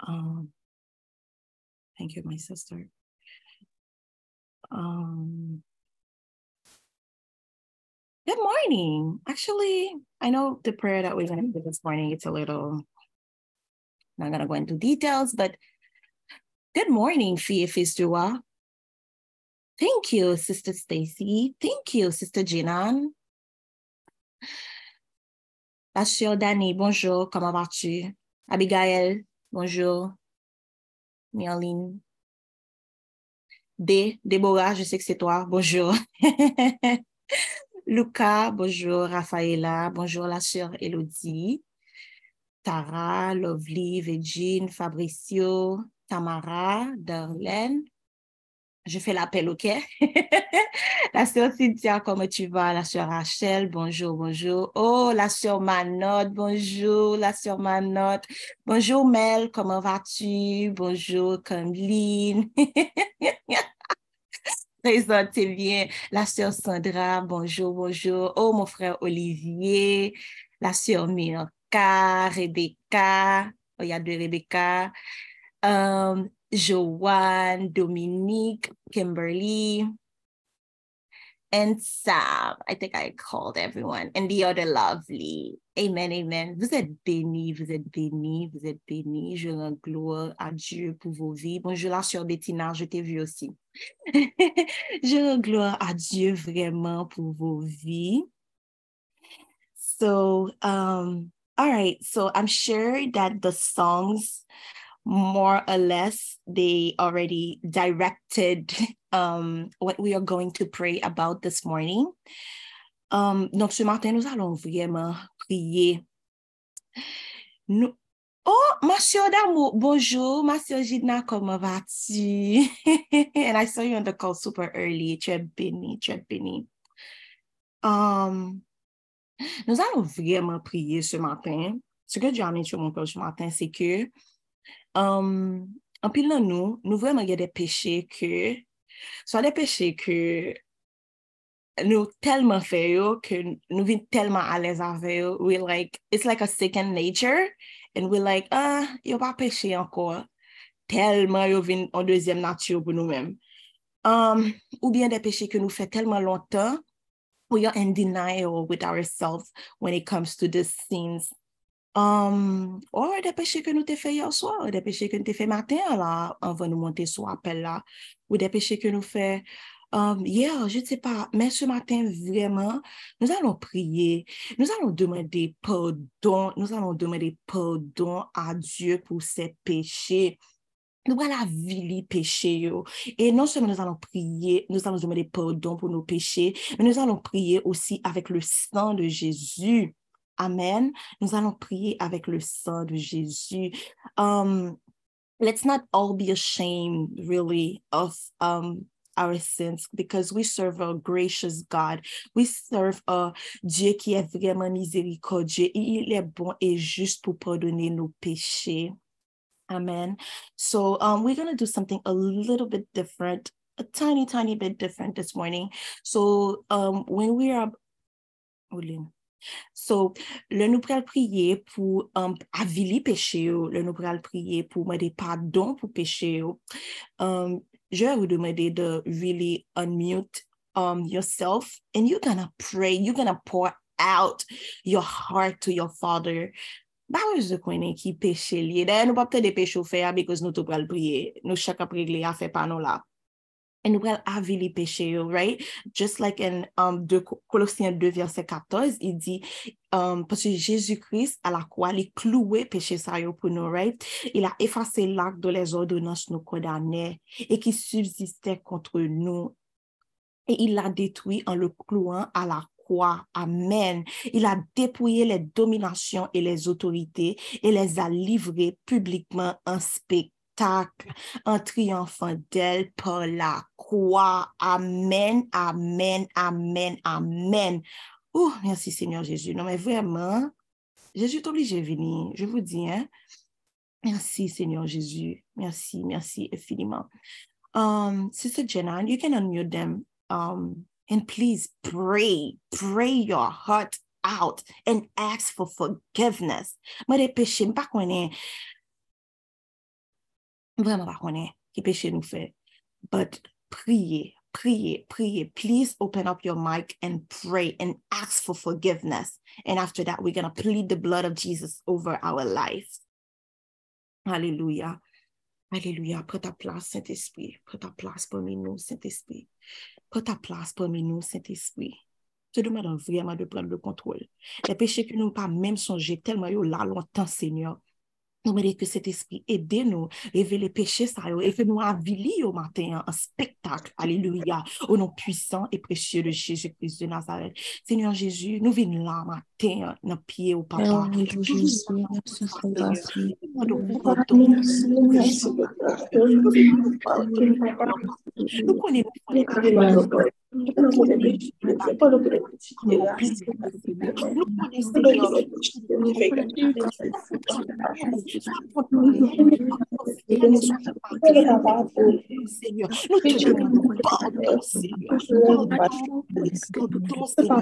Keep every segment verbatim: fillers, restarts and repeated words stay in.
Um, thank you, my sister. Um, good morning. Actually, I know the prayer that we're going to do this morning, it's a little, not going to go into details, but good morning, Fia Fisdua. Thank you, Sister Stacy. Thank you, Sister Jinan. La sœur Dani, bonjour, comment vas-tu? Abigail, bonjour. Myrline. D, Déborah, je sais que c'est toi, bonjour. Luca, bonjour. Rafaela, bonjour la sœur Elodie. Tara, Lovely, Virgin, Fabricio, Tamara, Darlene. Je fais l'appel, OK? La sœur Cynthia, comment tu vas? La sœur Rachel, bonjour, bonjour. Oh, la sœur Manotte, bonjour, la sœur Manotte. Bonjour Mel, comment vas-tu? Bonjour Cameline. Présentez bien. La sœur Sandra, bonjour, bonjour. Oh, mon frère Olivier. La sœur Mirka, Rebecca. Oh, il y a deux Rebecca. Um, Joanne, Dominique, Kimberly, and Sam. I think I called everyone. And the other lovely. Amen, amen. Vous êtes bénis, vous êtes bénis, vous êtes bénis. Je rends gloire à Dieu pour vos vies. Bonjour, la sœur Bettina, je t'ai vu aussi. Je rends gloire à Dieu vraiment pour vos vies. So, um, all right. So I'm sure that the songs, more or less, they already directed um, what we are going to pray about this morning. Um, donc, ce matin, nous allons vraiment prier. Nous... Oh, ma soeur d'amour, bonjour, ma soeur Gidna, comment vas-tu? And I saw you on the call super early. Tu es bénie, tu es bénie. Um, nous allons vraiment prier ce matin. Ce que Dieu a mis sur mon cœur ce matin, c'est que um, en pile de nous, nous vraiment il y a des péchés que, soit des péchés que nous tellement fait que nous vivons tellement à l'aise avec eux. We like, it's like a second nature, and we're like, ah, yo pas péché encore. Tellement yo vient en deuxième nature pour nous-mêmes. Um, ou bien des péchés que nous fait tellement longtemps, we are in denial with ourselves when it comes to these sins. Um, ou des péchés que nous t'ai fait hier soir, des péchés que nous t'ai fait matin là, avant de monter sur appel là, ou des péchés que nous fait um, hier, je ne sais pas, mais ce matin vraiment, nous allons prier, nous allons demander pardon, nous allons demander pardon à Dieu pour ses péchés. Nous allons vili péché. Et non seulement nous allons prier, nous allons demander pardon pour nos péchés, mais nous allons prier aussi avec le sang de Jésus. Amen. Nous allons prier avec le sang de Jésus. Um, let's not all be ashamed, really, of um, our sins, because we serve a gracious God. We serve a Dieu qui est vraiment miséricordieux. Il est bon et juste pour pardonner nos péchés. Amen. So um, we're going to do something a little bit different, a tiny, tiny bit different this morning. So um, when we are... So, le nous pral prier pour um, avili péché, le nous pral prier pour demander pardon pour péché. Um, je vais vous demander de really unmute um, yourself, and you're gonna pray, you're gonna pour out your heart to your Father. Bah oui, je connais qui péché lié. D'ailleurs, nous pas peut-être des péchés faire parce que nous tout pral prier. Nous chaque après les a fait pas nous là. And nous pral avili péché, right? Just like in um, de Colossiens deux, verset quatorze, il dit, um, parce que Jésus-Christ, à la croix, il cloué péché ça pour nous, right? Il a effacé l'acte de les ordonnances nous condamnaient et qui subsistaient contre nous. Et il l'a détruit en le clouant à la croix. Amen. Il a dépouillé les dominations et les autorités et les a livrées publiquement en spectacle, en triomphant d'elle par la croix. Amen, amen, amen, amen. Oh, merci Seigneur Jésus. Non, mais vraiment, Jésus est obligé de venir. Je vous dis, hein. Merci Seigneur Jésus. Merci, merci infiniment. Um, Sister Jenna, you can unmute them. Um, and please pray, pray your heart out and ask for forgiveness. Mais les péchés, pas qu'on est Vraiment pas connaître qui péché nous fait. But priez, priez, priez. Please open up your mic and pray and ask for forgiveness. And after that, we're going to plead the blood of Jesus over our lives. Hallelujah. Alléluia. Prends ta place, Saint-Esprit. Prends ta place parmi nous, Saint-Esprit. Prends ta place parmi nous, Saint-Esprit. Te demande vraiment de prendre le contrôle. Les péchés que nous n'avons pas même songé tellement là longtemps, Seigneur. Nous demandons que cet esprit aide nous, révéler les péchés, ça, et fait nous aviler au matin un spectacle. Alléluia. Au nom puissant et précieux de Jésus-Christ de Nazareth. Seigneur Jésus, nous venons là matin, dans le pied au papa. Nous connaissons nous Seigneur, nous te demandons pardon, Seigneur. Pardon, Seigneur.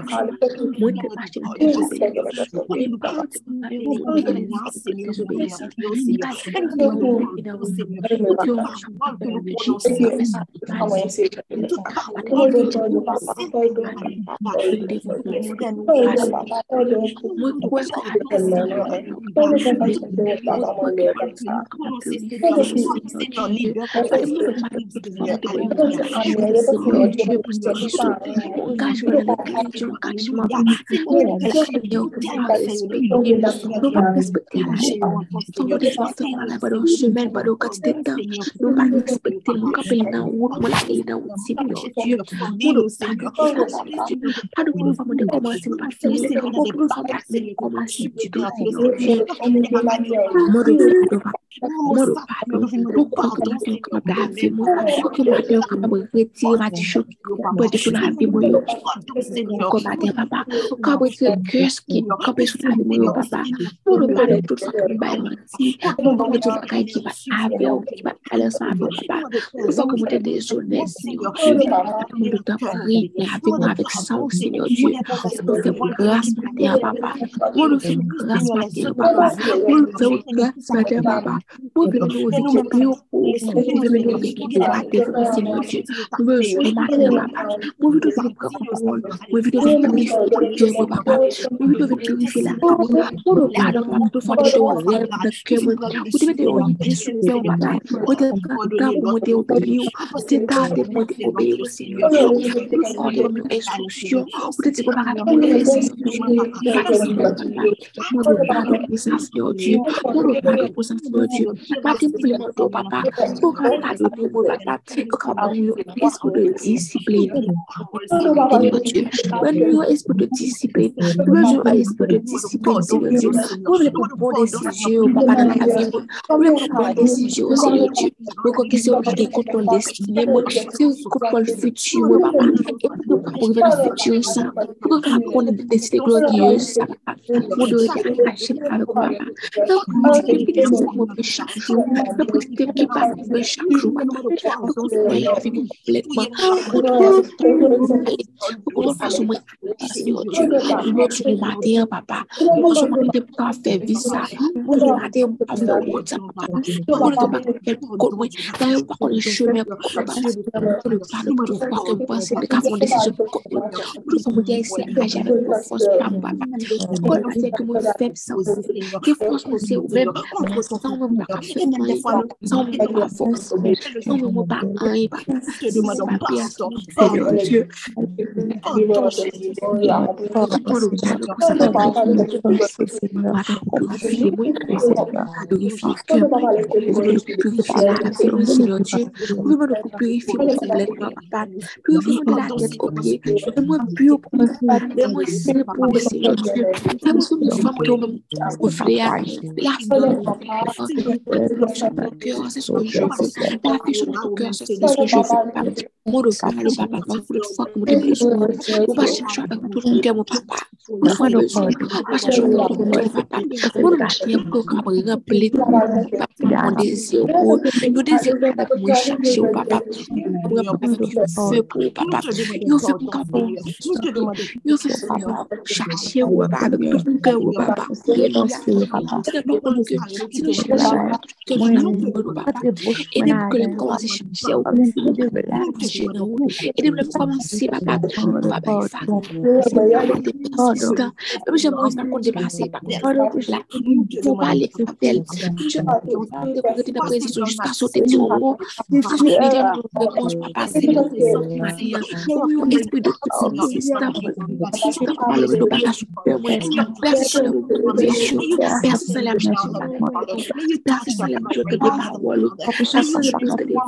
Mon parle, papa, ma foule de foi, mon besoin. Mon pas chercher avec tout mon cœur, mon papa. Mon foi besoin. Pas chercher avec tout mon cœur, papa. Mon bâtir pour capable remplir papa mon désir pour le désir avec moi chercher au papa. Pour avec feu pour papa. Il fait pour capable. Il fait Seigneur chercher au papa avec tout mon cœur au papa. Alléluia. C'est pas pour que si nous cherchons avec tout cœur, nous n'avons pas au papa. Et dès que nous commençons à chercher au et de le commencer, papa, papa, ça, c'est pas des persistants. Même j'aimerais pas qu'on dépasse, pas qu'on là, pour parler avec elle. Je vais te précision jusqu'à sauter du haut, jusqu'à ce que les réponses, papa, c'est le Maria. Comme un esprit de persistant, persistant, parle de papa, super, moi, persistant, vision, persistant, la chercher, persistant, la chercher des paroles, persistant, la chercher des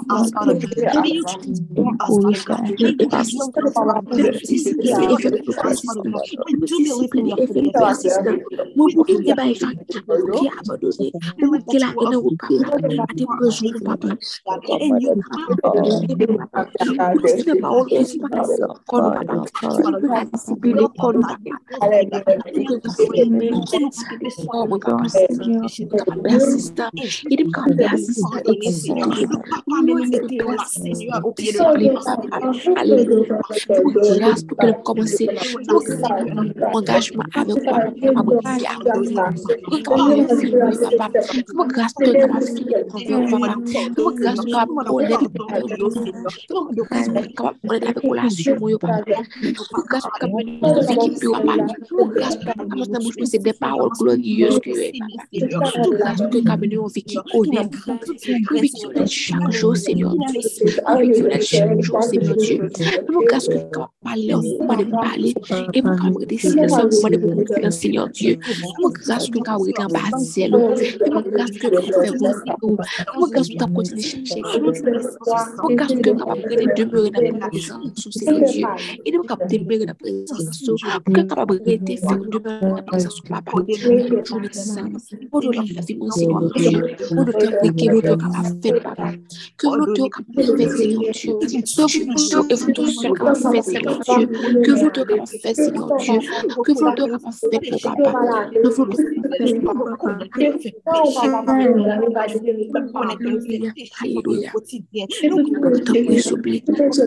persistant. Mon pour qui débat est qui a abandonné, pour qui la haine au papa, à tes besoins, papa. Et nous, papa, c'est des paroles qui sont pas encore, papa. Qui peut la discipliner, encore, papa. Qui peut discipliner, oh, papa, c'est persistant. Il est quand persistant et discipliné. Discipliné, papa. Alléluia. Pour grâce, pour qu'elle commence, pour engagement avec papa, pour pour capable finir papa, pour grâce pour capable finir papa, pour grâce pour capable honnête pour grâce pour capable honnête avec relation moi papa, pour grâce pour capable équipe papa, pour grâce pour capable dans bouche c'est des paroles glorieuses que papa, pour grâce pour capable une vie qui honnête, une vie qui honnête chaque jour Seigneur Dieu, une vie qui honnête chaque jour Seigneur Dieu, pour grâce que capable parler au moment de parler et pour capable décider ça au moment de confier Seigneur Dieu, pour grâce que capable en bas zélo, et pour grâce que capable faire vous, pour grâce que continuer chercher pour grâce que capable demeurer dans la présence Seigneur Dieu, et pour capable demeurer dans la présence pour capable rester faire demeurer dans la présence papa, pour journée ça, pour la vie mon Seigneur Dieu, pour le temps que l'autre capable faire papa, que l'autre capable faire Seigneur Dieu, que vous et vous tous seul capable faire Seigneur Dieu, que vous deux capable faire Seigneur Dieu, que vous deux capable faire pour papa, que vous deux Alléluia, alléluia. T'as pris s'oublie.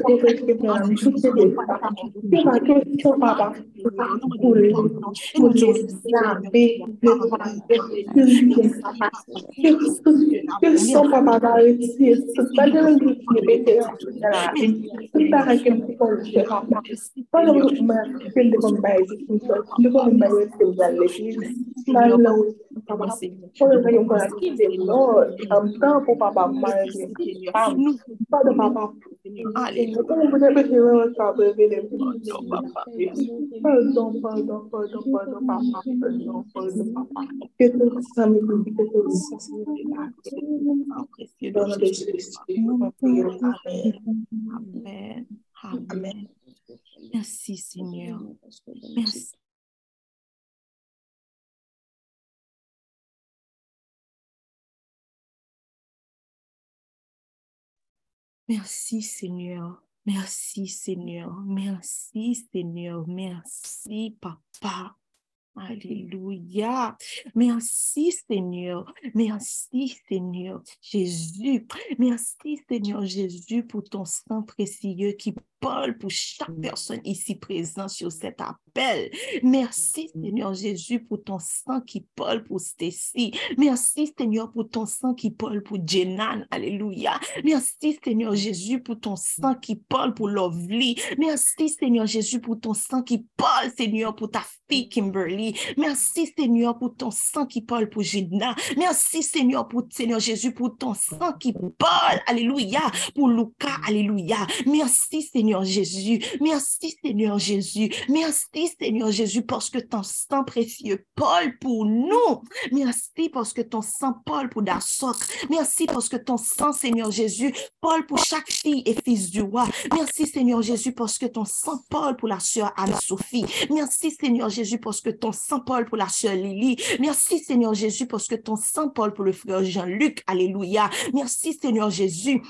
Pardon, pardon, pardon, pardon, papa, pardon, pardon, papa. Que tout ça me dit que tout ça Amen. Amen. Merci Seigneur. Merci. Merci Seigneur. Merci Seigneur. Merci Seigneur. Merci Papa. Alléluia. Merci Seigneur. Merci Seigneur Jésus. Merci Seigneur Jésus pour ton sang précieux qui parle pour chaque personne ici présente sur cet appel. Merci Seigneur Jésus pour ton sang qui parle pour Stacy. Merci Seigneur pour ton sang qui parle pour Jenan. Alléluia. Merci Seigneur Jésus pour ton sang qui parle pour Lovely. Merci Seigneur Jésus pour ton sang qui parle Seigneur pour ta fille Kimberly. Merci Seigneur pour ton sang qui parle pour Gina. Merci Seigneur pour Seigneur Jésus pour ton sang qui parle. Alléluia. Pour Lucas. Alléluia. Merci Seigneur Jésus. Merci Seigneur Jésus. Merci Seigneur Jésus parce que ton sang précieux parle pour nous. Merci parce que ton sang parle pour Dasok. Merci parce que ton sang Seigneur Jésus parle pour chaque fille et fils du roi. Merci Seigneur Jésus parce que ton sang parle pour la sœur Anne-Sophie. Merci Seigneur Jésus parce que ton sang parle pour la sœur Lily. Merci Seigneur Jésus parce que ton sang parle pour le frère Jean-Luc. Alléluia. Merci Seigneur Jésus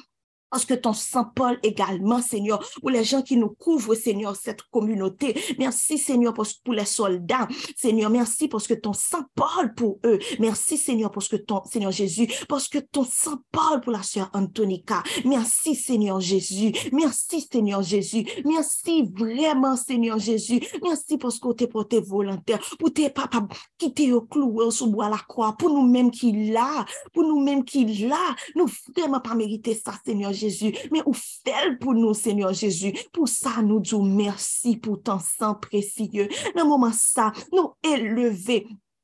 Parce que ton sang parle également, Seigneur, pour les gens qui nous couvrent, Seigneur, cette communauté. Merci, Seigneur, pour les soldats. Seigneur, merci parce que ton sang parle pour eux. Merci, Seigneur, parce que ton, Seigneur Jésus, parce que ton sang parle pour la sœur Antonica. Merci, Seigneur Jésus. Merci, Seigneur Jésus. Merci vraiment, Seigneur Jésus. Merci parce que tu es pour tes volontaires, pour tes papas qui t'es au clou sous bois la croix, pour nous-mêmes qui là, pour nous-mêmes qui là. Nous vraiment pas mérité ça, Seigneur Jésus, mais ou fait pour nous, Seigneur Jésus. Pour ça, nous disons merci pour ton sang précieux. Dans le moment ça, nous élever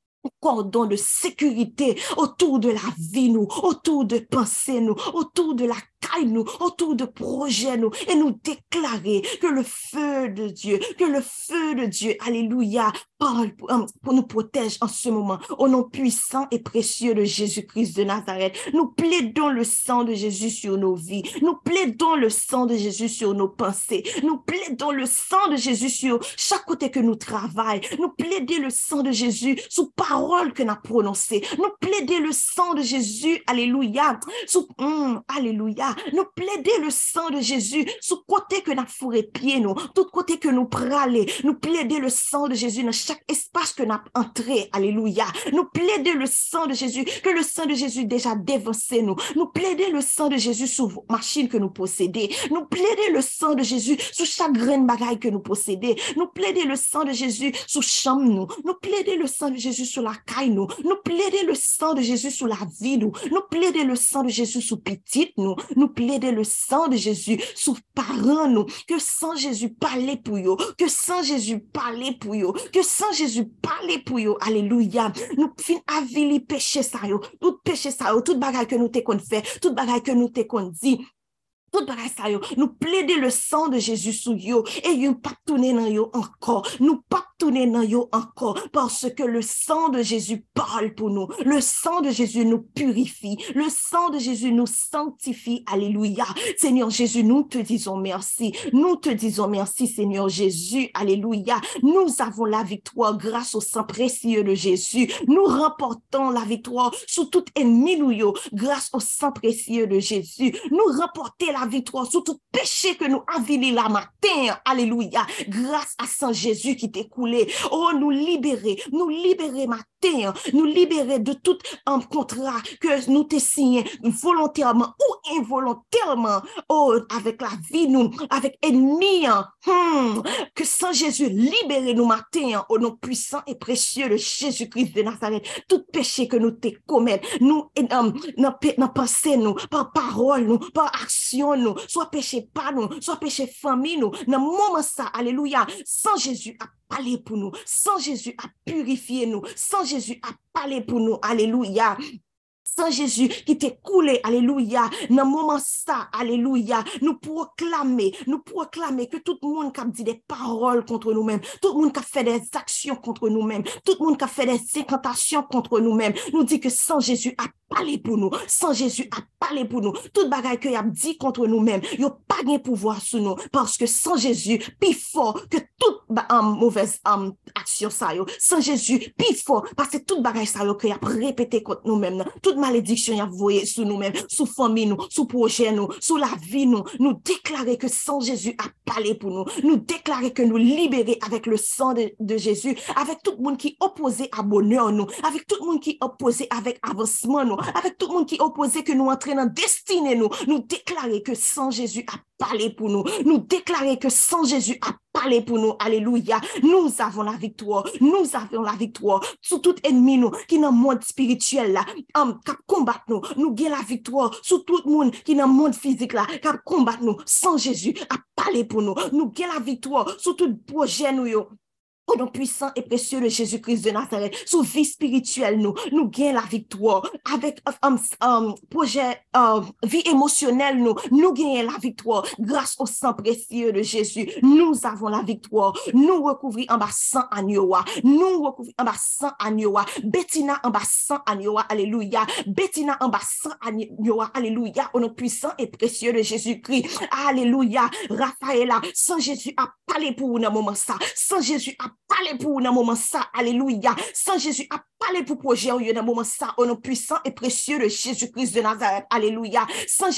cordon de sécurité autour de la vie, nous, autour de pensée, nous, autour de la caille, nous, autour de projets, nous, et nous déclarer que le feu de Dieu, que le feu de Dieu, alléluia, parle pour, pour nous protège en ce moment, au nom puissant et précieux de Jésus-Christ de Nazareth. Nous plaidons le sang de Jésus sur nos vies, nous plaidons le sang de Jésus sur nos pensées, nous plaidons le sang de Jésus sur chaque côté que nous travaillons, nous plaidons le sang de Jésus sous parole que nous avons prononcée, nous plaidons le sang de Jésus, alléluia, sous, mm, alléluia, nous plaidons le sang de Jésus sous côté que nous avons fourré pied, nous, tout côté que nous pralé, nous plaidons le sang de Jésus dans chaque espace que nous avons entré, alléluia, nous plaidons le sang de Jésus, que le sang de Jésus déjà dévancé nous, nous plaidons le sang de Jésus sur vos machines que nous possédons, nous plaidons le sang de Jésus sur chaque graine bagaille que nous possédons, nous plaidons le sang de Jésus sur chambre nous, nous plaidons le sang de Jésus sur la caille nous, nous plaidons le sang de Jésus sur la vie nous, nous plaidons le sang de Jésus sur petite nous, nous plaidons le sang de Jésus sur parents nous, que sang Jésus parle pour eux, que sang Jésus parle pour eux, que sang Jésus parle pour eux, alléluia, nous fin avili péché ça yo, tout péché ça yo, tout bagaille que nous te qu'on fait, tout bagaille que nous te qu'on dit, tout bagaille ça yo, nous plaider le sang de Jésus sur yo, et yon pas tourner dans yo encore, nous pas tourner dans yo encore, parce que le sang de Jésus parle pour nous, le sang de Jésus nous purifie, le sang de Jésus nous sanctifie, alléluia, Seigneur Jésus, nous te disons merci, nous te disons merci, Seigneur Jésus, alléluia, nous avons la victoire grâce au sang précieux de Jésus, nous remportons la victoire sur tout ennemi nous yo, grâce au sang précieux de Jésus, nous remportons la victoire sur tout péché que nous avilé la matin, alléluia, grâce à Saint Jésus qui t'est coulé, oh, nous libérer, nous libérer matin, nous libérer de tout un contrat que nous t'ai signé volontairement ou involontairement, oh, avec la vie, nous, avec ennemi, hmm, que Saint Jésus libère nous matin, au nom puissant et précieux de Jésus-Christ de Nazareth, tout péché que nous t'ai commis, nous, dans um, pensée, nous, par parole, nous, par action, nous, soit péché par nous, soit péché famille, nous, dans le moment ça, alléluia, sans Jésus a parlé pour nous, sans Jésus a purifié nous, sans Jésus a parlé pour nous, alléluia. Sans Jésus qui t'est coulé, alléluia, dans le moment ça, alléluia, nous proclamer, nous proclamer que tout le monde qui a dit des paroles contre nous-mêmes, tout le monde qui a fait des actions contre nous-mêmes, tout le monde qui a fait des incantations contre nous-mêmes, nous dit que sans Jésus a parlé pour nous, sans Jésus a parlé pour nous, toute bagaille que y a dit contre nous-mêmes, il n'y a pas de pouvoir sur nous, parce que sans Jésus, plus fort que toute um, mauvaise um, action ça, yo. Sans Jésus, plus fort, parce que toute bagaille ça, yo, que y a répété contre nous-mêmes, toute malédiction y a voyé sur nous-mêmes, sous famille nous, sous projet nous, sous la vie nous, nous déclarer que sans Jésus a parlé pour nous, nous déclarer que nous libérer avec le sang de, de Jésus, avec tout le monde qui opposé à bonheur nous, avec tout le monde qui opposé avec avancement nous, avec tout le monde qui opposé que nous entraînons dans destinée nous, nous déclarer que sans Jésus a parlé pour nous, nous déclarer que sans Jésus a parlé pour nous, alléluia, nous avons la victoire, nous avons la victoire sur tout ennemi nous, qui dans le monde spirituel là, um, qui combat nous, nous avons la victoire sur tout le monde qui dans le monde physique là, qui combat nous, sans Jésus a parlé pour nous, nous avons la victoire sur tout projet nous yo. Au nom puissant et précieux de Jésus-Christ de Nazareth, sous vie spirituelle, nous, nous gagnons la victoire. Avec um, um, projet, um, vie émotionnelle, nous, nous gagnons la victoire. Grâce au sang précieux de Jésus, nous avons la victoire. Nous recouvrons en bas sang agneau. Nous recouvrons en bas sang agneau. Bettina en bas sang agneau. Alléluia. Bettina en bas sang agneau. Alléluia. Au nom puissant et précieux de Jésus-Christ. Alléluia. Raphaëla, sans Jésus a parlé pour nous dans moment ça. Sans Jésus a parlé pour nous dans moment ça, alléluia, sans Jésus a parlé pour projet dans moment ça, au nom puissant et précieux de Jésus-Christ de Nazareth, alléluia, sans Jésus a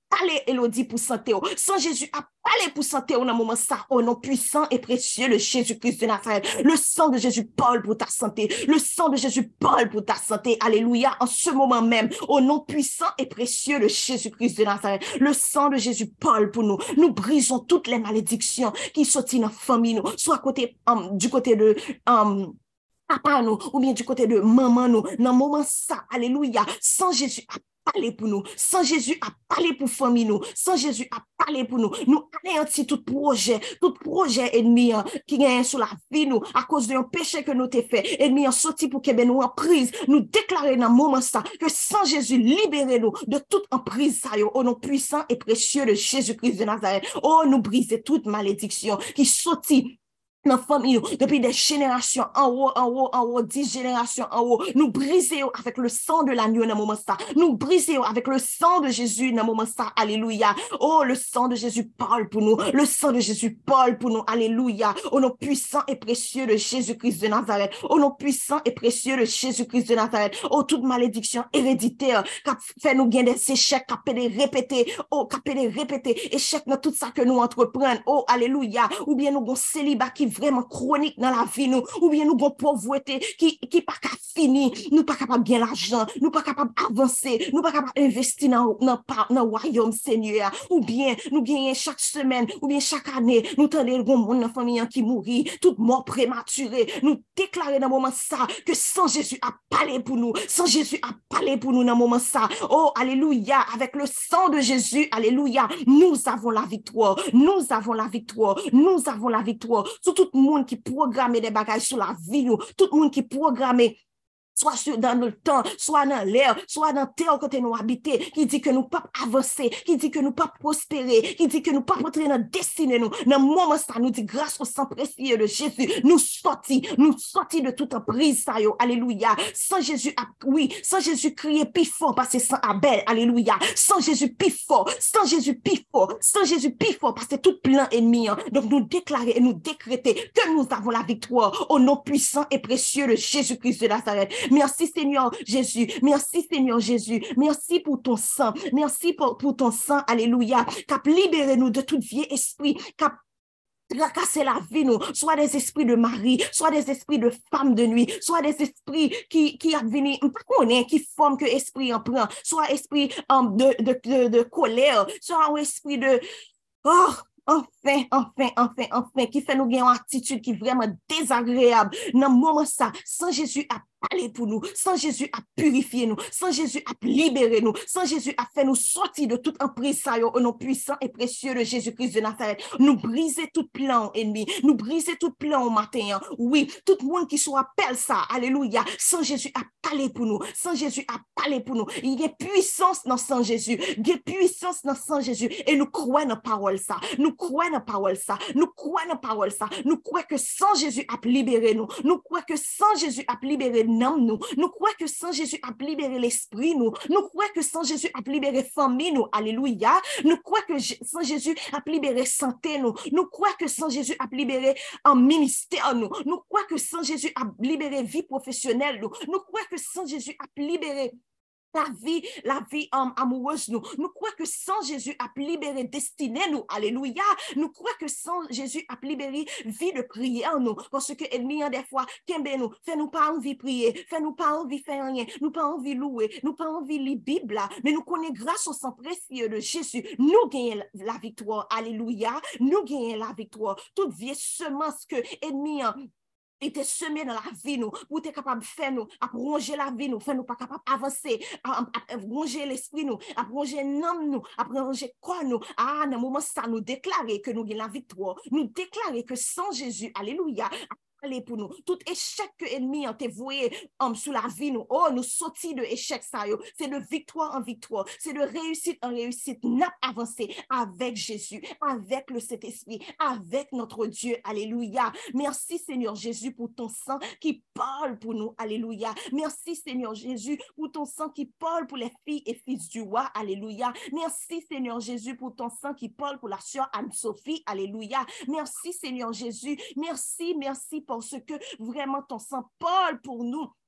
parler Elodie pour santé. Sans Jésus a parlé pour santé dans le moment ça. Au nom puissant et précieux de Jésus-Christ de Nazareth. Le sang de Jésus parle pour ta santé. Le sang de Jésus parle pour ta santé. Alléluia. En ce moment même, au nom puissant et précieux de Jésus-Christ de Nazareth. Le sang de Jésus parle pour nous. Nous brisons toutes les malédictions qui sortent dans la famille, nous, soit côté, um, du côté de... Um, papa nous, ou bien du côté de maman nous, dans le moment ça, alléluia, sans Jésus a parlé pour nous, sans Jésus a parlé pour famille nous, sans Jésus a parlé pour nous, nous anéantir tout projet, tout projet ennemi hein, qui est sur la vie nous, à cause d'un péché que nous t'ai fait, ennemi en sorti pour que ben nous en prise, nous déclarer dans le moment ça, que sans Jésus, libérez-nous de toute emprise ça, au nom puissant et précieux de Jésus-Christ de Nazareth. Oh, nous briser toute malédiction qui sortit dans la famille, depuis des générations en haut, en haut, en haut, dix générations en haut, nous brisons avec le sang de l'agneau dans le moment ça. Nous brisons avec le sang de Jésus dans le moment ça. Alléluia. Oh, le sang de Jésus parle pour nous. Le sang de Jésus parle pour nous. Alléluia. Au nom puissant et précieux de Jésus-Christ de Nazareth. Au nom puissant et précieux de Jésus-Christ de Nazareth. Oh, toute malédiction héréditaire qui fait nous gagner des échecs, qui fait des répéter. Oh, qui fait des répéter. Échecs dans tout ça que nous entreprenons. Oh, alléluia. Ou bien nous avons célibat qui vraiment chronique dans la vie nous, ou bien nous avons pauvreté qui qui pas qu'à finir, nous pas capable bien l'argent, nous pas capable avancer, nous pas capable investir dans dans dans royaume Seigneur, ou bien nous gagnons chaque semaine, ou bien chaque année, nous tendez le monde dans famille qui mourit, toute mort prématurée, nous déclarer dans moment ça que sans Jésus a parlé pour nous, sans Jésus a parlé pour nous dans moment ça. Oh alléluia, avec le sang de Jésus, alléluia, nous avons la victoire, nous avons la victoire, nous avons la victoire. Sur tout le monde qui programme des bagages sur la vie, tout le monde qui programme soit sur, dans le temps, soit dans l'air, soit dans terre côté nous habiter, qui dit que nous pas avancer, qui dit que nous pas prospérer, qui dit que nous pas rentrer dans destinée nous. Dans le moment ça nous dit grâce au sang précieux de Jésus, nous sortis, nous sortis de toute emprise ça yo. Alléluia. Sans Jésus, oui, sans Jésus crier plus fort parce que sans Abel, alléluia. Sans Jésus plus fort, sans Jésus plus fort, sans Jésus plus fort parce que tout plein ennemi. Hein. Donc nous déclarer et nous décréter que nous avons la victoire au nom puissant et précieux de Jésus-Christ de Nazareth. Merci Seigneur Jésus. Merci Seigneur Jésus. Merci pour ton sang. Merci pour, pour ton sang. Alléluia. Cap libéré nous de tout vieux esprit. Cap tracasser la vie nous, soit des esprits de mari, soit des esprits de femme de nuit, soit des esprits qui qui adviennent, qui forment que esprit en prend, soit esprit um, de, de, de, de colère, soit un esprit de oh enfin, enfin, enfin, enfin, qui fait nous gagner une attitude qui est vraiment désagréable. Dans le moment ça, sans Jésus a parlé pour nous, sans Jésus a purifié nous, sans Jésus a libéré nous, sans Jésus a fait nous sortir de toute emprise ça, au nom puissant et précieux de Jésus-Christ de Nazareth. Nous briser tout plan ennemi, nous briser tout plan au matin. Oui, tout le monde qui soit appelle ça, alléluia, sans Jésus a parlé pour nous, sans Jésus a parlé pour nous. Il y a puissance dans sang Jésus, il y a puissance dans sang Jésus et nous croyons dans parole ça. Nous croyons dans parole ça. Nous croyons dans parole ça. Nous croyons que sans Jésus a libéré nous. Nous croyons que sans Jésus a libéré nous. Nous croyons que sans Jésus a libéré l'esprit nous. Nous croyons que sans Jésus a libéré famille nous. Alléluia. Nous croyons que sans Jésus a libéré santé nous. Nous croyons que sans Jésus a libéré un ministère nous. Nous croyons que sans Jésus a libéré vie professionnelle nous. Nous croyons que sans Jésus a libéré la vie, la vie um, amoureuse, nous. Nous croyons que sans Jésus a libéré destinée, nous. Alléluia. Nous croyons que sans Jésus a libéré vie de prière, nous. Parce que ennemi, des fois, qu'embe nous, fait nous pas envie prier, fait nous pas envie faire rien, nous pas envie louer, nous pas envie lire Bible, mais nous connaissons grâce au sang précieux de Jésus, nous gagnons la victoire. Alléluia. Nous gagnons la victoire. Toute vieille semence que ennemi était semé dans la vie nous, pour être capable de faire nous, à ronger la vie nous, faire nous pas capable d'avancer, à, à, à ronger l'esprit nous, à ronger l'âme nous, à ronger corps nous. Ah, dans le moment ça nous déclarer que nous avons la victoire, nous déclarer que sans Jésus, alléluia, aller pour nous. Tout échec que l'ennemi a été voué um, sous la vie, nous, oh, nous sortis de échec, ça, yo. C'est de victoire en victoire, c'est de réussite en réussite, n'a avancé avec Jésus, avec le Saint-Esprit, avec notre Dieu, alléluia. Merci Seigneur Jésus pour ton sang qui parle pour nous, alléluia. Merci Seigneur Jésus pour ton sang qui parle pour les filles et fils du roi, alléluia. Merci Seigneur Jésus pour ton sang qui parle pour la sœur Anne-Sophie, alléluia. Merci Seigneur Jésus, merci, merci parce que vraiment ton sang parle pour nous.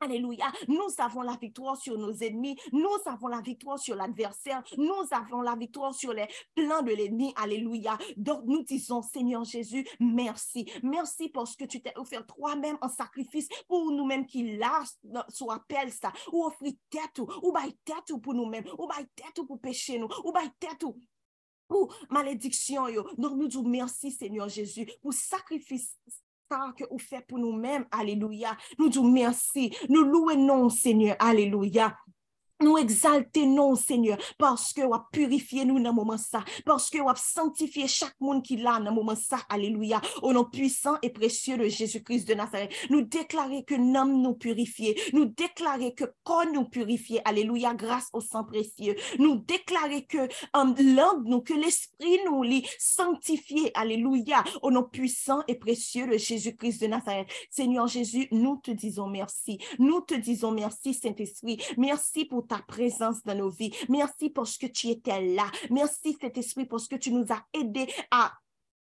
Alléluia. Nous avons la victoire sur nos ennemis. Nous avons la victoire sur l'adversaire. Nous avons la victoire sur les plans de l'ennemi. Alléluia. Donc, nous disons, Seigneur Jésus, merci. Merci parce que tu t'es offert toi-même un sacrifice pour nous-mêmes qui là, soit appelle ça, ou offrir tête ou bail tête pour nous-mêmes, ou bail tête pour pécher nous, ou bail tête pour malédiction. Yo. Donc, nous disons merci, Seigneur Jésus, pour sacrifice que vous faites pour nous-mêmes. Alléluia. Nous disons merci. Nous louons, Seigneur. Alléluia. Nous exaltons, Seigneur, parce que vous avez purifié nous dans le moment ça, parce que vous avez sanctifié chaque monde qui l'a dans le moment ça. Alléluia. Au nom puissant et précieux de Jésus-Christ de Nazareth, nous déclarons que l'âme nous purifié, nous déclarons que corps nous purifié. Alléluia, grâce au sang précieux. Nous déclarons que um, l'âme nous, que l'esprit nous lit sanctifié. Alléluia. Au nom puissant et précieux de Jésus-Christ de Nazareth. Seigneur Jésus, nous te disons merci. Nous te disons merci, Saint-Esprit. Merci pour ta présence dans nos vies. Merci parce que tu étais là. Merci, Saint-Esprit, parce que tu nous as aidés à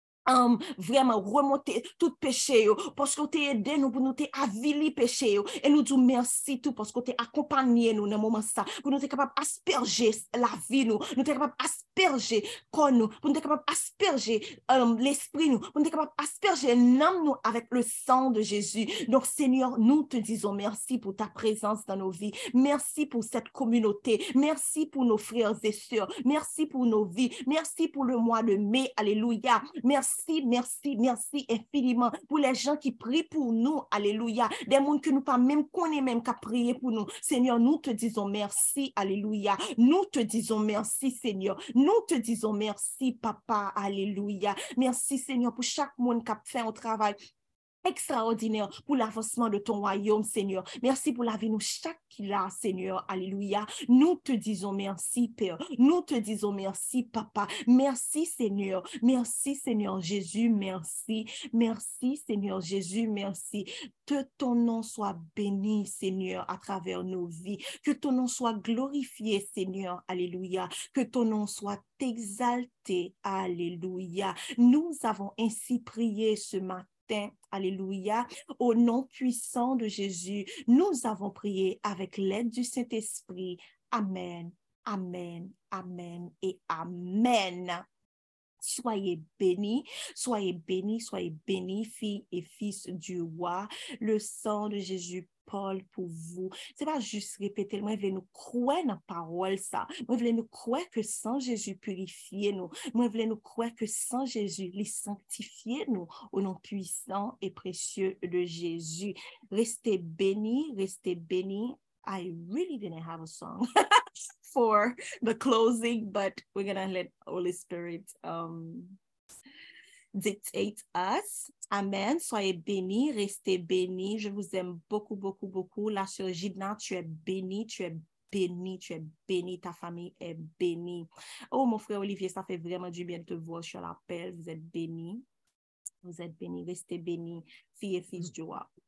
Um, vraiment remonter tout péché yo, parce que tu aidé nous pour nous avili péché yo, et nous disons merci tout parce que tu accompagné nous dans le moment ça pour nous être capable d'asperger la vie nous, nous être capable d'asperger corps nous, pour nous être capable d'asperger um, l'esprit nous, pour nous être capable d'asperger l'âme nous avec le sang de Jésus. Donc Seigneur, nous te disons merci pour ta présence dans nos vies. Merci pour cette communauté. Merci pour nos frères et sœurs. Merci pour nos vies. Merci pour le mois de mai. Alléluia. Merci Merci, merci, merci infiniment pour les gens qui prient pour nous. Alléluia. Des gens que nous pas même connaissons même qu'à prier pour nous. Seigneur, nous te disons merci. Alléluia. Nous te disons merci, Seigneur. Nous te disons merci, Papa. Alléluia. Merci, Seigneur, pour chaque monde qui a fait un travail extraordinaire pour l'avancement de ton royaume, Seigneur. Merci pour la vie nous chaque qui l'a, Seigneur. Alléluia. Nous te disons merci, Père. Nous te disons merci, Papa. Merci, Seigneur. Merci, Seigneur Jésus. Merci. Merci, Seigneur Jésus. Merci. Que ton nom soit béni, Seigneur, à travers nos vies. Que ton nom soit glorifié, Seigneur. Alléluia. Que ton nom soit exalté. Alléluia. Nous avons ainsi prié ce matin. Alléluia, au nom puissant de Jésus, nous avons prié avec l'aide du Saint-Esprit. Amen, amen, amen et amen. Soyez bénis, soyez bénis, soyez bénis, filles et fils du roi. Le sang de Jésus Paul pour vous. C'est pas juste répéter, moi, je veux nous croire dans la parole, ça. Moi, je veux nous croire que sans Jésus purifier nous. Moi, je veux nous croire que sans Jésus, les sanctifier nous au nom puissant et précieux de Jésus. Restez bénis, restez bénis. I really didn't have a song for the closing, but we're gonna let Holy Spirit um dictate us. Amen. Soyez bénis, restez bénis. Je vous aime beaucoup, beaucoup, beaucoup. La sœur Gidna, tu es bénie, tu es bénie, tu es bénie, ta famille est bénie. Oh, mon frère Olivier, ça fait vraiment du bien de te voir sur l'appel. Vous êtes bénis. Vous êtes bénis, restez bénis, filles et fils du roi.